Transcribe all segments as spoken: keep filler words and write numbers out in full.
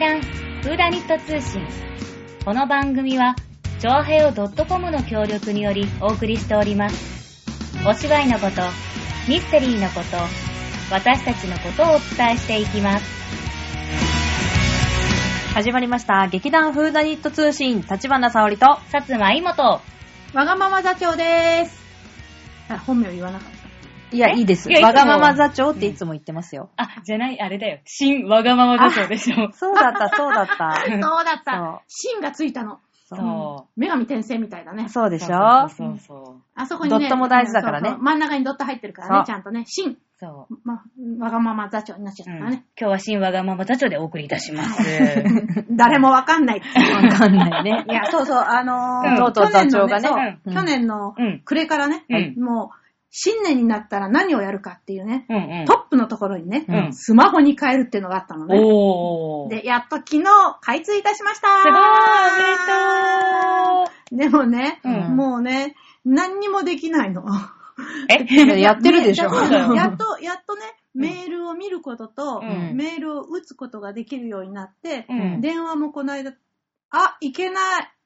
談フーダニット通信。この番組はチョアヘオ .com の協力によりお送りしております。お芝居のこと、ミステリーのこと、私たちのことをお伝えしていきます。 始まりました。劇団フーダニット通信、立花沙織と薩摩いもとわがまま座長です。あ、本名言わなかった。 いや、いいです。わがまま座長っていつも言ってますよ。 うん、あ、じゃない、あれだよ。新わがまま座長でしょ。 そうだった、そうだった。 そうだった。新がついたの。 そう。 女神転生みたいだね。 そうでしょ。 そうそうそう。 あそこにね。 ドットも大事だからね。 そうそう、真ん中にドット入ってるからね、ちゃんとね。新。 そう。 ま、わがまま座長になっちゃったからね。うん、 今日は新わがまま座長でお送りいたします。 誰もわかんない。 わかんないね。 いや、そうそう、あのー、 とうとう座長がね、 去年の暮れからね、うん、もう、新年になったら何をやるかっていうね、うんうん、トップのところにね、うん、スマホに変えるっていうのがあったのね。おー。で、やっと昨日、開通いたしました。 すごい、おめでとう。 でもね、うん、もうね、何にもできないの。 えやってるでしょ。 やっと、やっとね、メールを見ることと、うん、メールを打つことができるようになって、うん、電話もこの間、あ、いけない。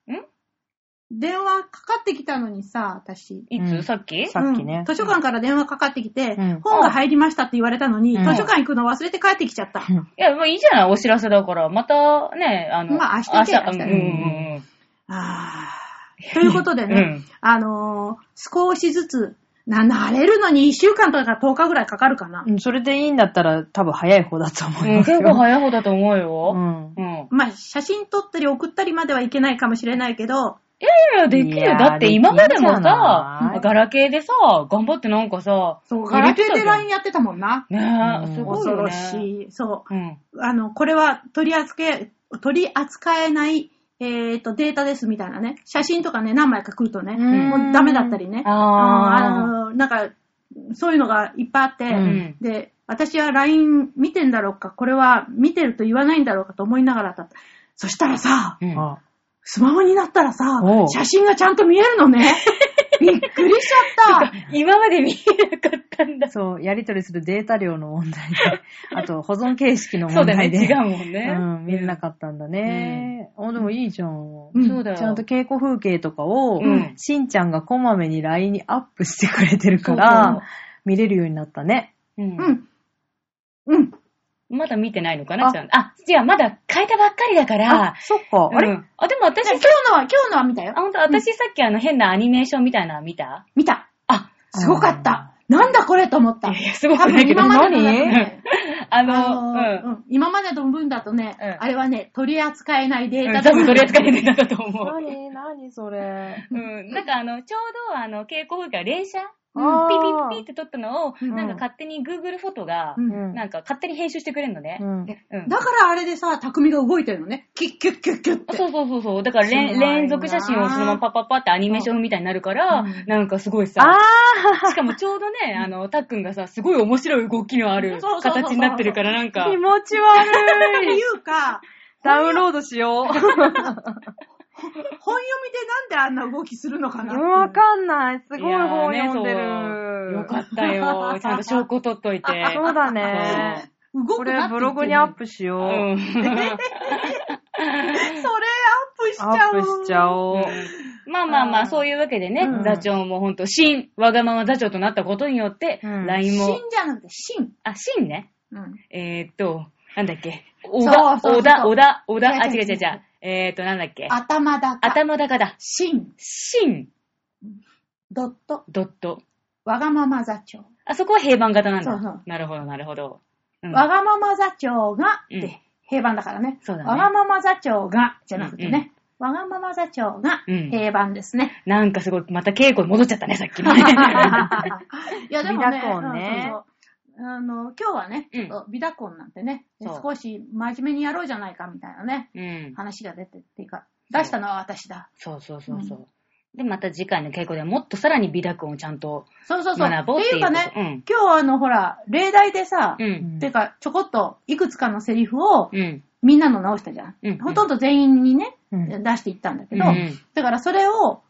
ん電話かかってきたのにさ、私。 いつ、うん、さっきさっきね、 うん。図書館から電話かかってきて、うん、本が入りましたって言われたのに、うん、図書館行くの忘れて帰ってきちゃった。 いや、もういいじゃない、お知らせだから。またね、あの、 まあ明日行け、 明日。うんうんうん。 あー。ということでね、うん、あのー、少しずつ、な、慣れるのにいっしゅうかんとかとおかぐらいかかるかな。 うん、それでいいんだったら多分早い方だと思いますよ。 うん、結構早い方だと思うよ。うん。 うん。まあ、写真撮ったり送ったりまではいけないかもしれないけど、 いやいや、できるよ。だって今までもさ、ガラケーでさ、頑張ってなんかさ、 そう、ガラケーで ライン やってたもんな。 ねえ、すごいよね。 恐ろしい。そう。うん、あの、これは取り扱え、取り扱えない、えっと、データですみたいなね。写真とかね、何枚か来るとね、もうダメだったりね。ああの、なんか、そういうのがいっぱいあって、うん、で、私は ライン 見てんだろうか、これは見てると言わないんだろうかと思いながらだった。そしたらさ、うんスマホになったらさ、写真がちゃんと見えるのね。びっくりしちゃった。 今まで見えなかったんだ。 そう、やり取りするデータ量の問題で、あと保存形式の問題で。 そうだね、違うもんね。 うん、見れなかったんだね。うん、あ、でもいいじゃん。 うん、そうだよ。 ちゃんと稽古風景とかを、うん、しんちゃんがこまめに ライン にアップしてくれてるから、そうそう見れるようになったね。 うん。うん。うんまだ見てないのかなちゃん。あ、じゃあまだ変えたばっかりだから。 あ、そっか。あれ、うん、 あ、でも私、今日のは、今日のは見たよ。 あ、ほんと、私さっきあの変なアニメーションみたいなの見た見た。あ、すごかった。なんだこれと思った。 いや、すごくないけど、 何あの、うんうん、今までの分だとね、うん、あれはね、取り扱えないデータだ、うん、多分取り扱えないデータだと思う。 何何それ。 うん。なんかあの、ちょうどあの、稽古風景連写うん、ピーピーピーって撮ったのを、うん、なんか勝手に Google フォトが、うん、なんか勝手に編集してくれるのね、うんうん。だからあれでさ、匠が動いてるのね。キュッキュッキュッキュッって。 そうそうそうそう。だから連続写真をそのままパッパッパってアニメーションみたいになるから、うん、なんかすごいさ、しかもちょうどね、あの、たっくんがさ、すごい面白い動きのある形になってるからなんか。 気持ち悪い。 っていうか、 ダウンロードしよう。 本読みでなんであんな動きするのかなわかんない。すごい本読んでる。 よかったよ。ちゃんと証拠取っといて。 そうだね。 動くこれブログにアップしよう。うん、それアップしちゃおう。 アップしちゃおう。うん、 まあまあまあ、そういうわけでね、うん、座長もほんと、新、わがまま座長となったことによって、うん、ライン も。 新じゃなくて、新。 あ、新ね。うん、えーっと、なんだっけ。小田、小田、小田、小田、あ、違う違う違う。えーと、なんだっけ。 頭高。 頭高だ。 新。 新。 ドット。 ドット。 わがまま座長。 あそこは平板型なんだ。 そうそう。 なるほど、なるほど。 うん、わがまま座長が、って、うん、平板だからね。 そうだね。 わがまま座長が、じゃなくてね。うんうん、わがまま座長が、平板ですね、 うん。なんかすごい、また稽古に戻っちゃったね、さっきのね。 いや、でもね。そうそうあの、今日はね、ちょっとビダコンなんてね、うん、少し真面目にやろうじゃないかみたいなね、うん、話が出てっていうか、出したのは私だ。 そうそうそうそう。うん、で、また次回の稽古ではもっとさらにビダコンをちゃんとそうそうそう。 学ぼうっていうこと。 っていうかね、うん、今日あの、ほら、例題でさ、うん、てか、ちょこっといくつかのセリフを、うん、みんなの直したじゃん。うん、ほとんど全員にね、うん、出していったんだけど、うん、だからそれを、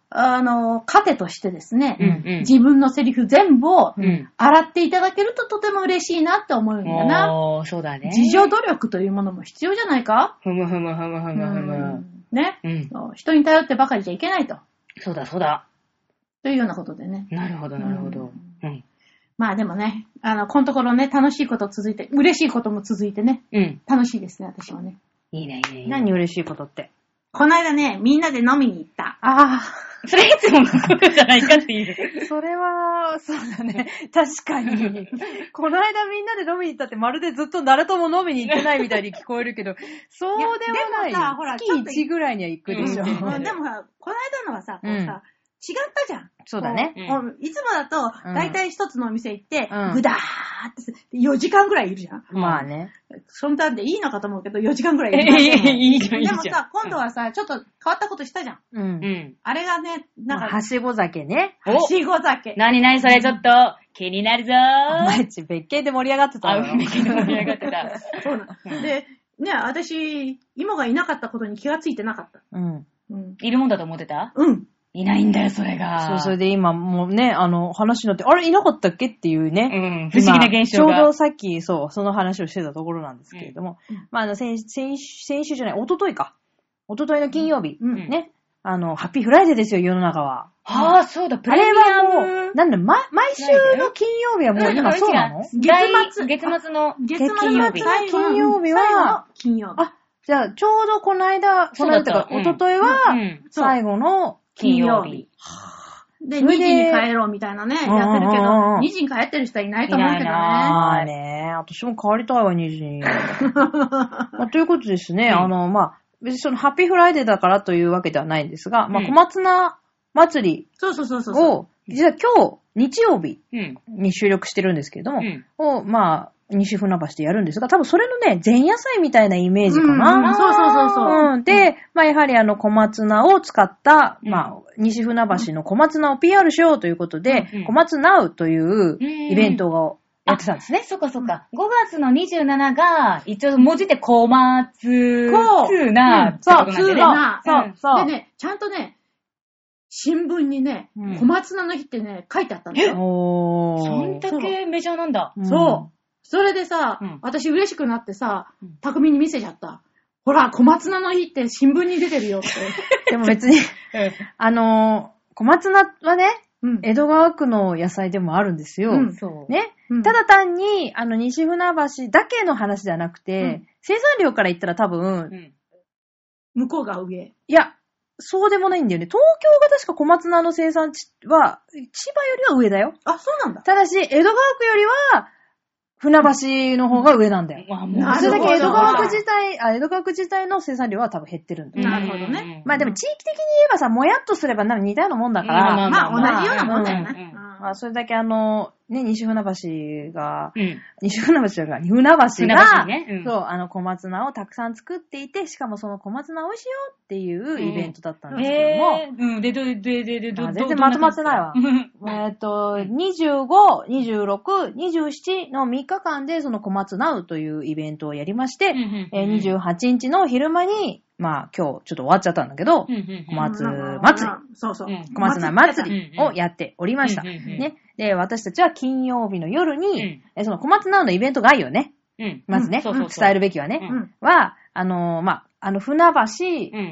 あの、糧としてですね、 うんうん、 自分のセリフ全部を洗っていただけるととても嬉しいなって思うんだな。 おー、そうだね。 自助努力というものも必要じゃないか？ ふむふむふむふむふむ。 ね、うん。人に頼ってばかりじゃいけないと。 そうだそうだ。 というようなことでね。 なるほどなるほど。うん。うん、 まあでもね、あの、このところね、楽しいこと続いて、嬉しいことも続いてね。うん。楽しいですね、私はね。 いいねいいねいいね。 何嬉しいことって。 この間ね、みんなで飲みに行った。 ああ。 それいつものことじゃないかっていう。 それは、そうだね。確かに。この間みんなで飲みに行ったってまるでずっと誰とも飲みに行ってないみたいに聞こえるけど、そうでもない。でもさ、ほら、月いちぐらいには行くでしょ。うん、 でもさ、この間のはさ、こうさ、違ったじゃん。 そうだね。 いつもだと、だいたい一つのお店行って、うん、ぐだーってよじかんぐらいいるじゃん。 まあね。 そんなんでいいのかと思うけど、よじかんぐらいいる。 いいじゃん、いいじゃん。 でもさ、今度はさ、ちょっと変わったことしたじゃん。うん。あれがね、 なんか。はしご酒ね。 はしご酒。 なになにそれちょっと、気になるぞー。 お前ち別件で盛り上がってたの。あ、別件で盛り上がってた。 そうな。で、ね、私、芋がいなかったことに気がついてなかった。 うん。うん。いるもんだと思ってた？ うん。 いないんだよ、それが。 そう、それで今もうね、あの、話になって、あれ、いなかったっけっていうね。うん、不思議な現象が。 ちょうどさっき、そう、その話をしてたところなんですけれども、うん、まあ、あの、先、先、先週じゃない、一昨日か。一昨日の金曜日、うん、ね。あの、ハッピーフライデーですよ、世の中は。 はあ、そうだ、プレミアム。あれはもう、なんだ、ま、毎週の金曜日はもう今そうなの？ 月末、月末の月末の金曜日。 金曜日は、 金曜日。 あ、じゃあ、ちょうどこの間、この間とか、一昨日は、最後の、 金曜日。 で、にじに帰ろうみたいなね、やってるけど、にじに帰ってる人はいないと思うけどね。 まあね、私も帰りたいわ、にじに。まあ、ということですね、うん、あの、まあ、別にそのハッピーフライデーだからというわけではないんですが、うん、まあ、小松菜祭りそうそうそうそうを、実は今日、日曜日に収録してるんですけれども、うん、を、まあ、西船橋でやるんですが、多分それのね、前夜祭みたいなイメージかな。 うんうん、そうそうそうそう。 うん、で、まあやはりあの小松菜を使った、うん、まあ、西船橋の小松菜を ピーアール しようということで、うん、小松ナウというイベントをやってたんですね。 そっかそっか。ごがつのにじゅうしちが、一応文字で小松菜ってことなんでね。 そう、そう。でね、ちゃんとね、新聞にね、うん、小松菜の日ってね、書いてあったんだよ。 おー。そんだけメジャーなんだ。 そう。それでさ、うん、私嬉しくなってさ、匠に見せちゃった。ほら、小松菜の日って新聞に出てるよって。 でも別に、あのー、小松菜はね、うん、江戸川区の野菜でもあるんですよ。うん、そうね、うん。ただ単に、あの、西船橋だけの話じゃなくて、うん、生産量から言ったら多分、うん、 向こうが上。 いや、そうでもないんだよね。東京が確か小松菜の生産地は、千葉よりは上だよ。 あ、そうなんだ。 ただし、江戸川区よりは、船橋の方が上なんだよ。うん、それだけ江戸川区自体、あ、江戸川区自体の生産量は多分減ってるんだよ。 なるほどね。 まあでも地域的に言えばさ、もやっとすれば似たようなもんだから。 まあ同じようなもんだよね。 まあそれだけあの、ね、西船橋が、うん、西船橋が、船橋が、ねうん、そう、あの小松菜をたくさん作っていて、しかもその小松菜美味しいよっていうイベントだったんですけども。 うん、うん、で、で、で、で、で、 全然まとまってないわ。えっと、にじゅうご、にじゅうろく、にじゅうしちのみっかかんでその小松菜というイベントをやりまして、えー、にじゅうはちにちの昼間に、まあ今日ちょっと終わっちゃったんだけど、小松祭り、 そうそう、 小松菜祭りをやっておりました。ね。で、私たちは金曜日の夜に、うん、その小松菜のイベント概要ね、うん、まずね、うん、伝えるべきはね、うん、は、あのー、まあ、あの、船橋、うん、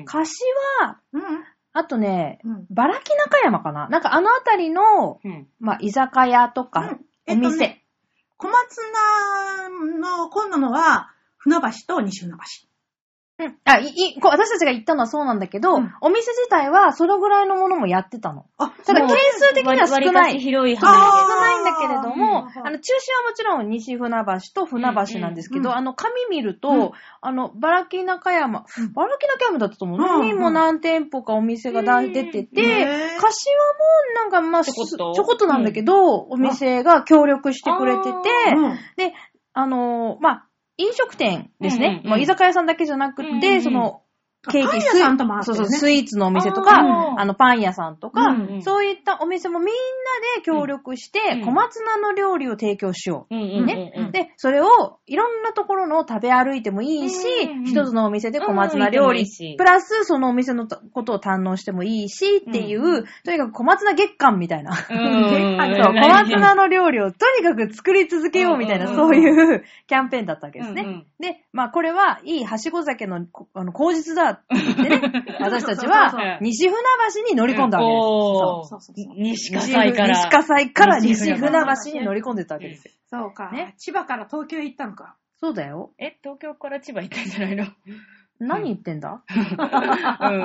柏、うん、あとね、うん、バラキ中山かななんかあのあたりの、うん、まあ、居酒屋とか、お店、うんえっとね。 小松菜の今度のは、船橋と西船橋。 うん。あ、い、い、こう、私たちが行ったのはそうなんだけど、うん、お店自体はそのぐらいのものもやってたの。あ、ただ件数的には少ない。 広い少ないんだけれども、あの、中心はもちろん西船橋と船橋なんですけど、うんうん、あの、紙見ると、うん、あの、バラキ中山、バラキ中山だったと思う。うん、にも何店舗かお店が出てて、柏もなんかまあ、ちょこっと、ちょこっとなんだけど、うん、お店が協力してくれてて、で、あの、まあ、飲食店ですね。うんうんうん、まあ、居酒屋さんだけじゃなくて、うんうん、その、 ケーキ、 パン屋さんともあってね。 そうそう、スイーツのお店とか、あ, あの、パン屋さんとか、うんうん、そういったお店もみんなで協力して、うん、小松菜の料理を提供しよう。うん、ね、うんうん。で、それをいろんなところの食べ歩いてもいいし、うんうん、一つのお店で小松菜料理、うん、プラスそのお店のことを堪能してもいいしっていう、うん、とにかく小松菜月間みたいな。うん、そう、小松菜の料理をとにかく作り続けようみたいな、うん、そういうキャンペーンだったわけですね。うんうん、で、まあこれはいいはしご酒の、あの口実だって言ってね、私たちは西船橋に乗り込んだわけです。そうそうそうそう。 西葛西から。 西葛西から西船橋に乗り込んでたわけですよ。 そうか。ね、千葉から東京へ行ったのか。 そうだよ。 え、東京から千葉行ったんじゃないの？ 何言ってんだ、うん、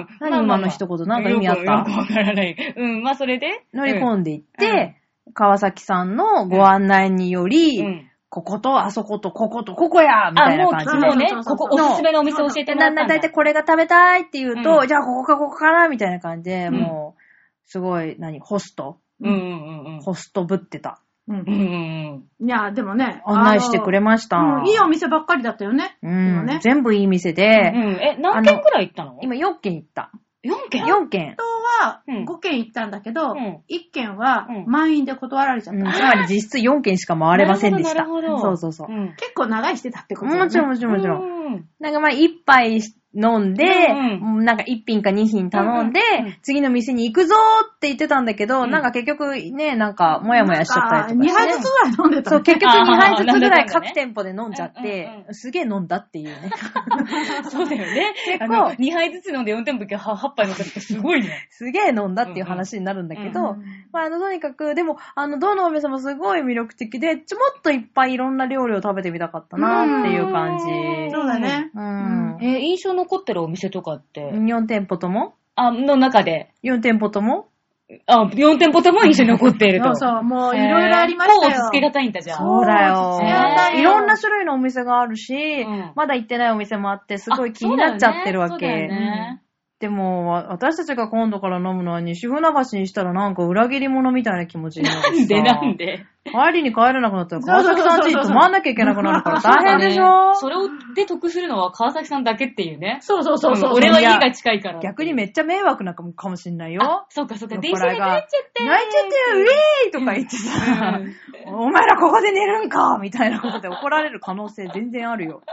何今の一言、なんか意味あった？ よくわからない。うん、まあそれで乗り込んでいって、うん、川崎さんのご案内により、うんうんここと、あそこと、ここと、ここやみたいな感じで。 あ、もう、もうね、ここおすすめのお店教えてもらったんだ。 だいたいこれが食べたいって言うと、うん、じゃあここかここかなみたいな感じで、うん、もう、すごい、何、ホスト、 うんうんうん、 ホストぶってた。 うんうんうん、いや、でもね。 案内してくれました。 うん、いいお店ばっかりだったよね。 うん。ね、全部いい店で、うん。 え、何軒くらい行ったの？ 今よんけん行った。 よんけん ? よんけん。 本当はごけん行ったんだけど、うん、いっけんは満員で断られちゃった。うん、 つまり実質よんけんしか回れませんでした。 なるほど、なるほど。 そうそうそう。うん、 結構長いしてたってことだね。 もちろんもちろんもちろん。なんかまあ一杯飲んで、うんうん、なんか一品か二品頼んで、うんうん、次の店に行くぞって言ってたんだけど、うん、なんか結局ね、なんかもやもやしちゃったりとかして。にはいずつぐらい飲んでた、ね。そう、結局にはいずつぐらい各店舗で飲んじゃって、うんうん、すげえ飲んだっていうね。 そうだよね。結構にはいずつ飲んでよん店舗はっぱい飲んだってすごいね。 すげえ飲んだっていう話になるんだけど、うんうん、まああのとにかく、でもあのどのお店もすごい魅力的で、ちょもっといっぱいいろんな料理を食べてみたかったなっていう感じ。 そうだね。 うん。 えー、印象残ってるお店とかって。 よん店舗ともあ、の中で。 よん店舗ともあ、よん店舗とも印象に残っていると。 そうそう、もういろいろありましたよ。 こうつけがたいんだじゃん。 そうだよ。いろんな種類のお店があるし、うん、まだ行ってないお店もあって、すごい気になっちゃってるわけ。そうだよね。でも、私たちが今度から飲むのは西船橋にしたらなんか裏切り者みたいな気持ちになるなんでなんで帰りに帰れなくなったら川崎さん家に泊まんなきゃいけなくなるから大変でしょ。 それで得するのは川崎さんだけっていうね。 そうそうそうそう。 俺は家が近いから。 逆にめっちゃ迷惑なかも、かもしんないよ。 そうかそうか。電車で帰っちゃって。 泣いちゃってよ、ウェーイとか言ってさ、お前らここで寝るんかみたいなことで怒られる可能性全然あるよ。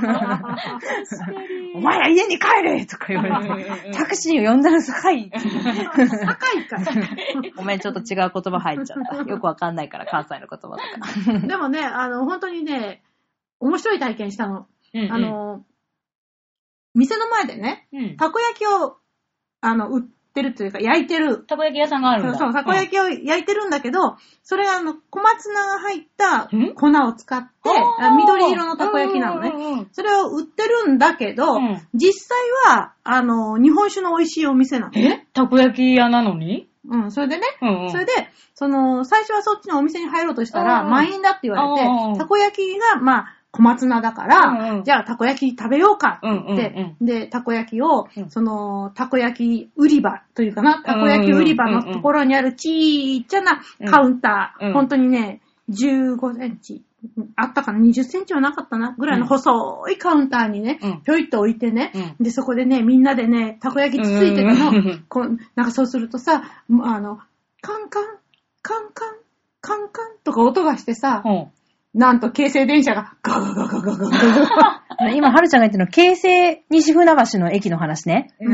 お前ら家に帰れとか言われて、タクシーを呼んだら高い。 高いか。 ごめん、ちょっと違う言葉入っちゃった。よくわかんないから、関西の言葉とか。 でもね、あの、本当にね、面白い体験したの。うんうん、あの、店の前でね、うん、たこ焼きを、あの、売ってるというか、焼いてる。 たこ焼き屋さんがあるんだ。 そうそう、たこ焼きを焼いてるんだけど、うん、それはあの、小松菜が入った粉を使って、緑色のたこ焼きなのね。うんうん、それを売ってるんだけど、うん、実際は、あの、日本酒の美味しいお店なの。 え？たこ焼き屋なのに？ うん、それでね、うんうん、それで、その、最初はそっちのお店に入ろうとしたら、満員だって言われて、たこ焼きが、まあ、小松菜だから、うんうん、じゃあたこ焼き食べようかって言って、うんうんうん、で、たこ焼きを、うん、その、たこ焼き売り場というかな、たこ焼き売り場のところにあるちっちゃなカウンター、うんうん、本当にね、じゅうごセンチ、あったかな ?にじゅっセンチはなかったなぐらいの細いカウンターにね、うん、ぴょいっと置いてね、うん、で、そこでね、みんなでね、たこ焼きつついてるの、うん、こう、なんかそうするとさ、あの、カンカン、カンカン、カンカンとか音がしてさ、うんなんと京成電車がガガガガガガガガ今、はるちゃんが言ってるの、京成西船橋の駅の話ね。 うん。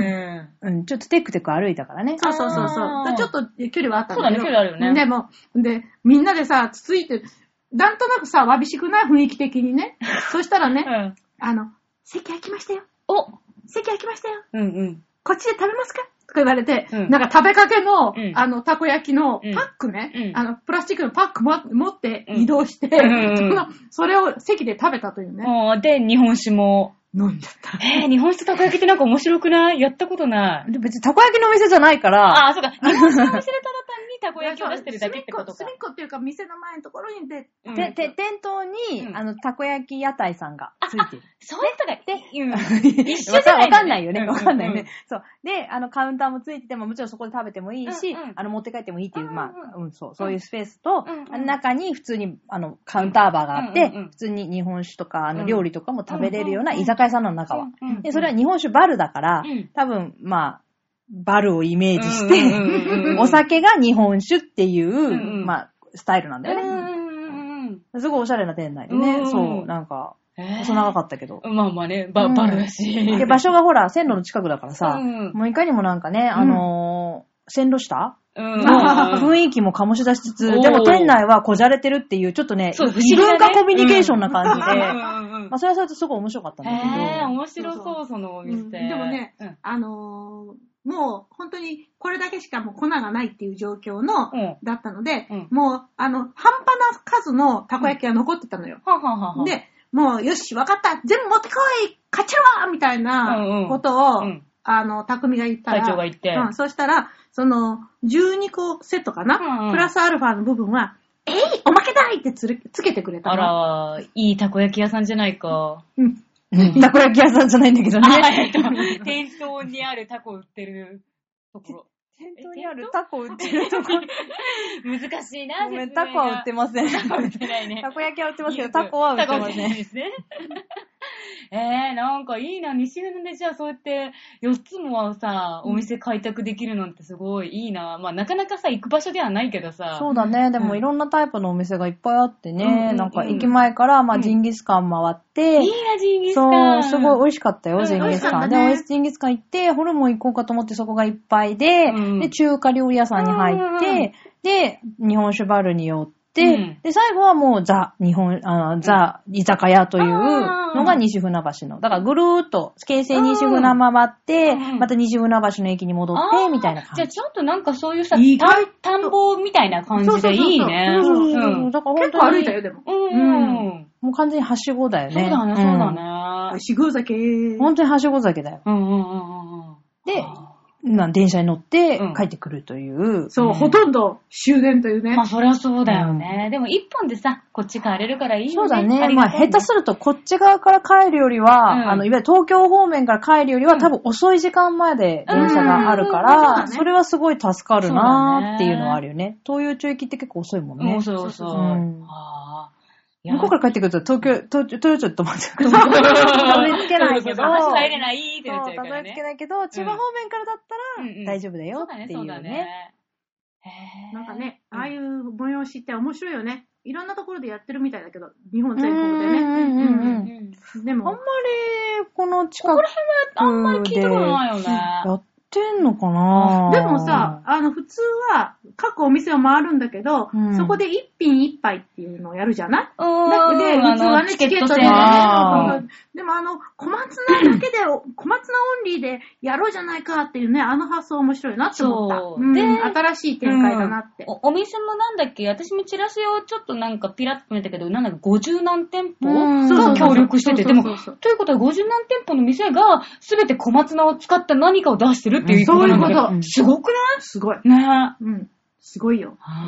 うん。ちょっとテクテク歩いたからね。 そうそうそうそう。ちょっと距離はあったんだけど。そうだね、距離あるよね。 でも、で、みんなでさ、つついて、なんとなくさ、わびしくない雰囲気的にね。そしたらね、うん、あの、席空きましたよ。 お席空きましたよ。 うんうん。 こっちで食べますかとか言われて、うん、なんか食べかけの、うん、あの、たこ焼きのパックね、うん、あの、プラスチックのパックも持って移動して、うん、その、それを席で食べたというね。 で、日本酒も飲んじゃった。 えー、日本酒とたこ焼きってなんか面白くない？やったことない。 別にたこ焼きのお店じゃないから。 ああ、そうか。日本酒のお店でただ単にたここ焼きを出してるだけってことか。 隅っこっていうか、店の前のところにで、 うん、て、て、店頭に、うん、あの、たこ焼き屋台さんがついてる。 そういう人がいて、 うん、一緒じゃない、ね。わかんないよね。わかんないよね、うんうん。そう。で、あの、カウンターもついてても、もちろんそこで食べてもいいし、うんうん、あの、持って帰ってもいいっていう、まあ、うん、そう、そういうスペースと、うんうん、中に普通に、あの、カウンターバーがあって、うんうんうん、普通に日本酒とか、あの、料理とかも食べれるような居酒屋さんの中は。うんうんうん、で、それは日本酒バルだから、うん、多分、まあ、バルをイメージして、お酒が日本酒っていう、うんうん、まあ、スタイルなんだよね。うんうん、すごいおしゃれな店内でね、うん、そう、なんか、細長かったけど。 まあまあね、バ, バルだし、うん。 で、場所がほら、線路の近くだからさ、うん、もういかにもなんかね、あのー、線路下うん、雰囲気も醸し出しつつ、でも店内はこじゃれてるっていう、ちょっとね、異文化コミュニケーションな感じで、まあそれはそれとすごい面白かったんだけど。 へー、面白そう、そのお店。うん、 でもね、うん、あのー、もう本当にこれだけしかもう粉がないっていう状況の、うん、だったので、うん、もう、あの、半端な数のたこ焼きが残ってたのよ。うん、ははははで、もう、よし、わかった、全部持ってこい勝ちるわみたいなことを、うんうん、あの、匠が言ったら、 会長が言って。 うん、そしたら、その、じゅうにこセットかな、うんうん、プラスアルファの部分は、えいおまけだいってつるつけてくれたの。 あら、いいたこ焼き屋さんじゃないか。 うん。たこ焼き屋さんじゃないんだけどね。 店頭にあるタコ売ってるところ。 店頭にあるタコ売ってるところ。 難しいな、 ごめん、タコは売ってません。 タコ売ってないね。 たこ焼きは売ってますけど、タコは売ってません。タコ売ってないですね。 えー、なんかいいな、西船でじゃあそうやってよっつもさ、お店開拓できるのってすごいいいな。まあなかなかさ、行く場所ではないけどさ。 そうだね、でもいろんなタイプのお店がいっぱいあってね、うんうん、なんか駅前からまあジンギスカン回って、 うん、いいな、ジンギスカン。そう、すごい美味しかったよ、ジンギスカン。うん、で、ね、ジンギスカン行って、ホルモン行こうかと思ってそこがいっぱいで、うん、で、中華料理屋さんに入って、うん、で、日本酒バルに寄って、で、うん、で、最後はもうザ、日本、あザ、居酒屋というのが西船橋の。だからぐるーっと、京成西船回って、また西船橋の駅に戻って、みたいな感じ。 じゃあちょっとなんかそういうさ、田んぼみたいな感じでいいね。 そうそうそう。うん。だから本当に。結構歩いたよ、でも。 うん。うん。 もう完全にはしごだよね。 そうだね、そうだね。はしご酒。 本当にはしご酒だよ。 うんうんうんうん。 で、な電車に乗って帰ってくるという。 うん、そう、うん、ほとんど終電というね。 まあ、そりゃそうだよね。うん、でも、一本でさ、こっち帰れるからいいよね。 そうだね。まあ、下手すると、こっち側から帰るよりは、うん、あの、いわゆる東京方面から帰るよりは、うん、多分遅い時間まで電車があるから、うんうん、それはすごい助かるなーっていうのはあるよね。東洋中行きって結構遅いもんね。 うん、そうそう。うん、あ向こうから帰ってくると、東京、東京、東京ちょっと待って。たどり着けないけど。 話入れないってなっちゃうからね。 たどり着けないけど、千葉方面からだったら、大丈夫だよっていうね。そうだね。 なんかね、ああいう催しって面白いよね。いろんなところでやってるみたいだけど、日本全国でね。うんうんうん。でも、あんまり、この近くここら辺はあんまり聞いたことないよね。 やってんのかな？ でもさ、あの、普通は、各お店を回るんだけど、うん、そこで一品一杯っていうのをやるじゃない？で、普通はね、チケットでね。でもあの、小松菜だけで、小松菜オンリーでやろうじゃないかっていうね、あの発想面白いなって思った。うん、で、新しい展開だなって、 うんお。お店もなんだっけ、私もチラシをちょっとなんかピラッと見たけど、なんだかごじゅう何店舗が協力してて、でも、ということはごじゅう何店舗の店がすべて小松菜を使った何かを出してるっていうことなんだけど、うん、すごくない？ すごい。 ねうん。すごいよ。うん、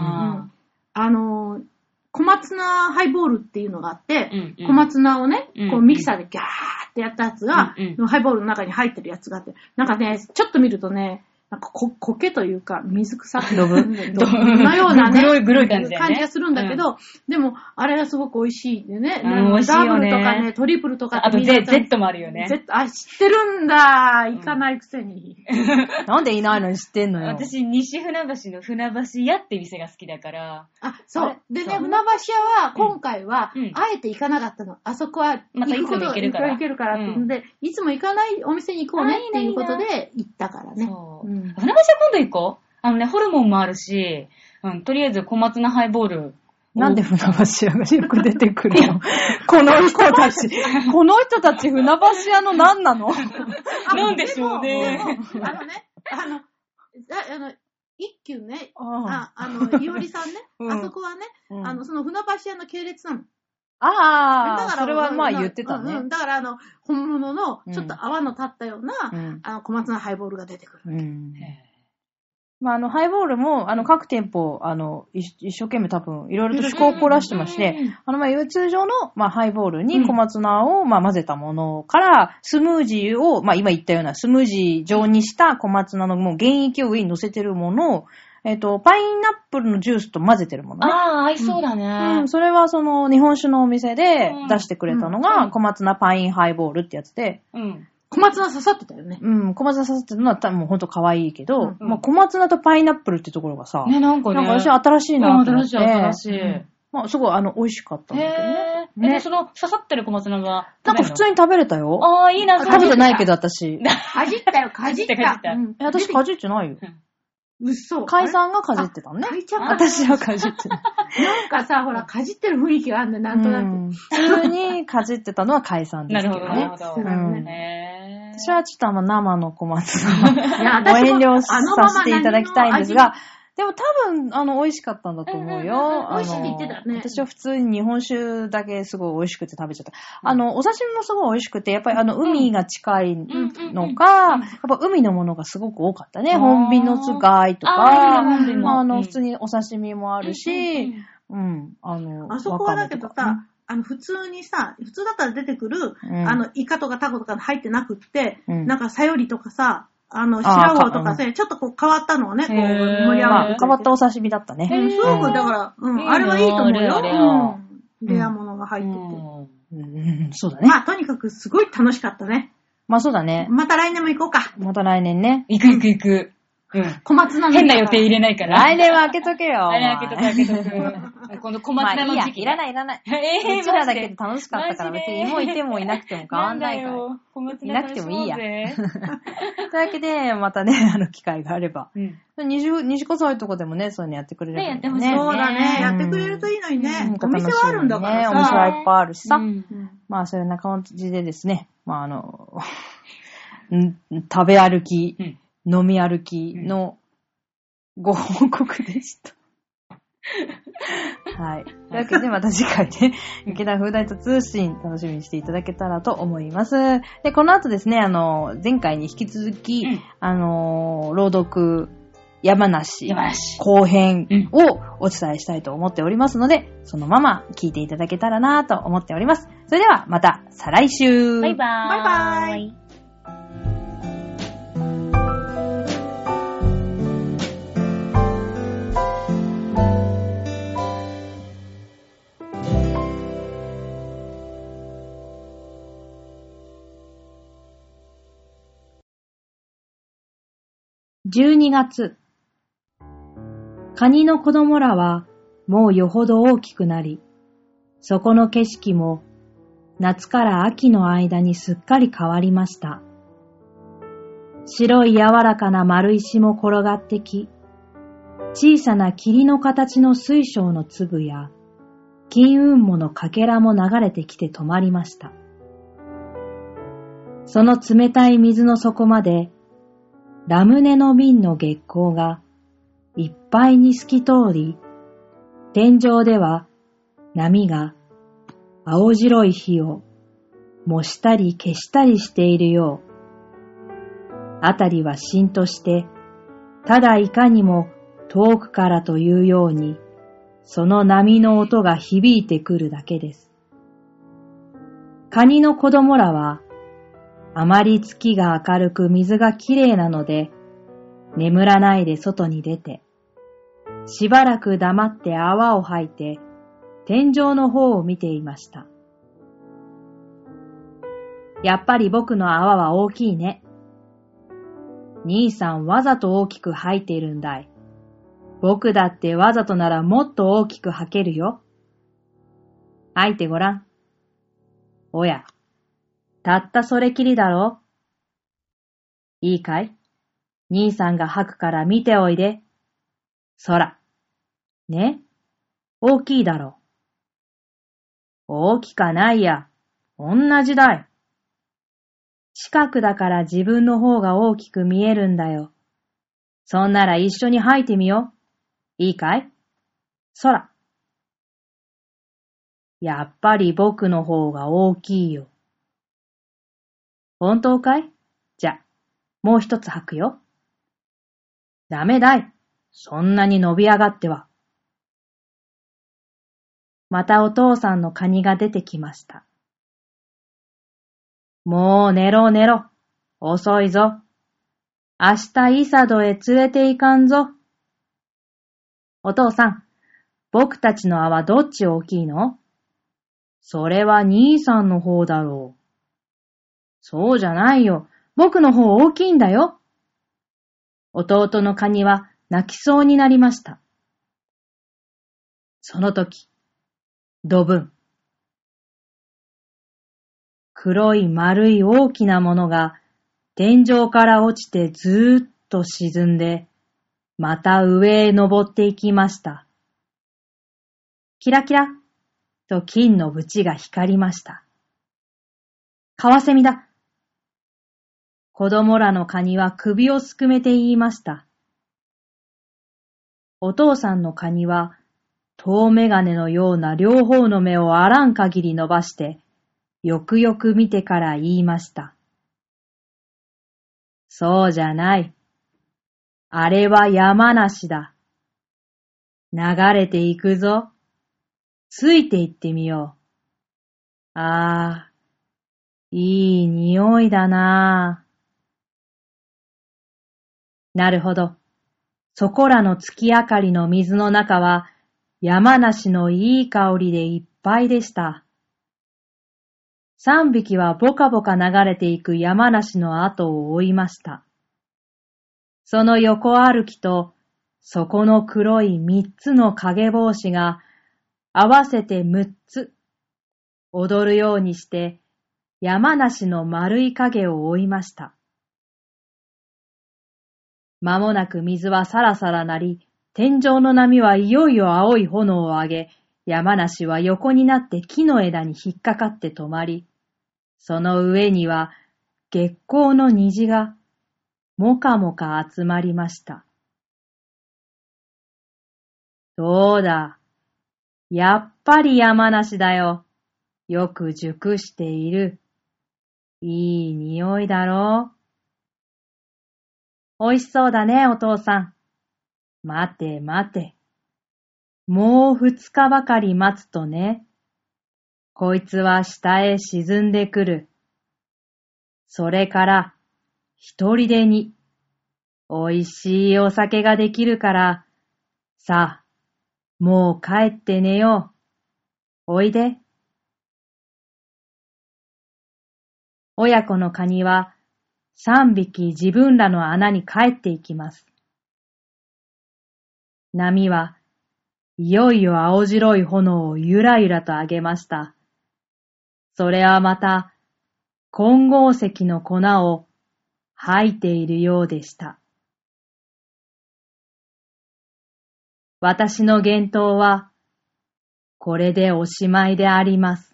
あのー、小松菜ハイボールっていうのがあって、うんうん、小松菜をね、こうミキサーでギャーってやったやつが、うんうん、ハイボールの中に入ってるやつがあって、なんかね、ちょっと見るとね、なんかこ苔というか水草ってドブのようなね、 黒い黒い感じ、ね、 感じがするんだけど、うん、でもあれがすごく美味しいでね、うん、美味しいよね。ダブルとかね、トリプルとかってあと Z, Z もあるよね。 Z、あ、知ってるんだ。行かないくせに。 うん、なんでいないのに知ってんのよ。 私西船橋の船橋屋って店が好きだから。 あ、そう。でね、船橋屋は今回は、うん、あえて行かなかったの。あそこはまたいつも行けるから。 行けるからっていうので、うん、いつも行かないお店に行こうねっていうことで行ったからね。 そう。うん、船橋は今度行こう。あのね、ホルモンもあるし、うん、とりあえず小松菜ハイボール。 なんで船橋屋がよく出てくるのこの人たち。この人たち船橋屋の何なのなんでしょうね。 あのね、あの、あの、一休ね、あ, あの、いおりさんね、うん、あそこはね、うん、あの、その船橋屋の系列なの。 ああ、だからそれはまあ言ってたね。 うん、だからあの、本物のちょっと泡の立ったような、うん、あの小松菜ハイボールが出てくる。うんまあ、あの、ハイボールも、あの、各店舗、あの、一生懸命多分、いろいろと趣向を凝らしてまして、あの、まあ、通常の、まあ、ハイボールに小松菜を、まあ、混ぜたものから、スムージーを、まあ、今言ったようなスムージー状にした小松菜のもう原液を上に乗せてるものを、えっと、パイナップルのジュースと混ぜてるものね。 ああ、合いそうだね。 うん、それはその、日本酒のお店で出してくれたのが、小松菜パインハイボールってやつで、 うん。小松菜刺さってたよね。 うん、小松菜刺さってるのは多分ほんと可愛いけど、うん、まあ、小松菜とパイナップルってところがさ、 ね、なんかね。 なんか私新しいなと思って。 新しい、新しい。うん、 まあ、すごい、あの、美味しかったんだけどね。 へー。ね、で、その、刺さってる小松菜はなんか普通に食べれたよ。 ああ、いいな、 食べてないけど、私。 かじったよ、かじった。かじった。 うん、私かじってないよ。 うっそ。 カイさんがかじってたのね。 カイちゃんが。 私はかじってた。 なんかさ、ほら、かじってる雰囲気があるんだよ、なんとなく。 普通にかじってたのはカイさんですけどね。 なるほど、なるほど。 うん、私はちょっとあんま生の小松菜ご遠慮させていただきたいんですが、でも多分、あの、美味しかったんだと思うよ。 美味しいって言ってたね。 私は普通に日本酒だけすごい美味しくて食べちゃった。あの、お刺身もすごい美味しくて、やっぱりあの、海が近いのか、やっぱ海のものがすごく多かったね。本美のつがいとか、あの、普通にお刺身もあるし、うん、あの、 あそこはだけどさ、あの、普通にさ、普通だったら出てくる、あの、イカとかタコとか入ってなくって、なんか、さよりとかさ、あの、白魚とかさ、ちょっとこう変わったのをね、こう、盛り上がる。 変わったお刺身だったね。 すごく、だから、うん、あれはいいと思うよ。うん。レアものが入ってて。 うん、そうだね。 まあ、とにかくすごい楽しかったね。 まあ、そうだね。 また来年も行こうか。 また来年ね。 行く行く行く。うん。 小松菜の。 変な予定入れないから。 来年は開けとけよ。 来年開けとく開けとく。この小松菜の時期。 いらないいらない。ええ、うちらだけで楽しかったから別にもういてもいなくても変わんないから。いなくてもいいや。というわけで、またね、あの機会があれば。西小そういうとこでもね、そういうのやってくれるね。やってほしい。そうだね。やってくれるといいのにね。お店はあるんだからさ。 お店はいっぱいあるしさ。まあそういうような感じでですね、まああの、食べ歩き、飲み歩きのご報告でした。はい。というわけでまた次回ね、池田風大と通信楽しみにしていただけたらと思います。で、この後ですね、あの、前回に引き続き、うん、あの、朗読山梨後編をお伝えしたいと思っておりますので、そのまま聞いていただけたらなと思っております。それではまた再来週。 バイバーイ。 バイバーイ。 じゅうにがつ、カニの子供らはもうよほど大きくなり、そこの景色も夏から秋の間にすっかり変わりました。白い柔らかな丸石も転がってき、小さな霧の形の水晶の粒や金雲母のかけらも流れてきて止まりました。その冷たい水の底までラムネの瓶の月光がいっぱいに透き通り、天井では波が青白い火を模したり消したりしているよう、あたりはしんとして、ただいかにも遠くからというように、その波の音が響いてくるだけです。カニの子供らは、あまり月が明るく水がきれいなので、眠らないで外に出て、しばらく黙って泡を吐いて、天井の方を見ていました。やっぱり僕の泡は大きいね。兄さんわざと大きく吐いているんだい。僕だってわざとならもっと大きく吐けるよ。吐いてごらん。おや。たったそれきりだろう。いいかい？兄さんが吐くから見ておいで。そら。ね？大きいだろう。大きかないや。同じだい。近くだから自分の方が大きく見えるんだよ。そんなら一緒に吐いてみよう。いいかい？そら。やっぱり僕の方が大きいよ。本当かい？じゃ、もう一つ吐くよ。 ダメだい。そんなに伸び上がっては。またお父さんのカニが出てきました。もう寝ろ寝ろ。遅いぞ。明日イサドへ連れて行かんぞ。お父さん、僕たちの泡どっち大きいの？それは兄さんの方だろう。そうじゃないよ。僕の方大きいんだよ。弟のカニは泣きそうになりました。その時、ドブン。黒い丸い大きなものが天井から落ちてずーっと沈んで、また上へ登っていきました。キラキラと金の縁が光りました。カワセミだ。子供らのカニは首をすくめて言いました。お父さんのカニは遠眼鏡のような両方の目をあらん限り伸ばして、よくよく見てから言いました。そうじゃない。あれは山梨だ。流れていくぞ。ついて行ってみよう。ああ、いい匂いだなあ。なるほど。そこらの月明かりの水の中は山梨のいい香りでいっぱいでした。三匹はぼかぼか流れていく山梨の後を追いました。その横歩きとそこの黒い三つの影帽子が合わせて六つ踊るようにして山梨の丸い影を追いました。まもなく水はさらさらなり、天井の波はいよいよ青い炎を上げ、山梨は横になって木の枝に引っかかって止まり、その上には月光の虹がもかもか集まりました。どうだ、やっぱり山梨だよ。よく熟している。いい匂いだろう。おいしそうだね、お父さん。待て待て。もう二日ばかり待つとね。こいつは下へ沈んでくる。それから、一人でに、おいしいお酒ができるから、さあ、もう帰って寝よう。おいで。親子のカニは、三匹自分らの穴に帰っていきます。波はいよいよ青白い炎をゆらゆらと上げました。それはまた金剛石の粉を吐いているようでした。私の幻冬はこれでおしまいであります。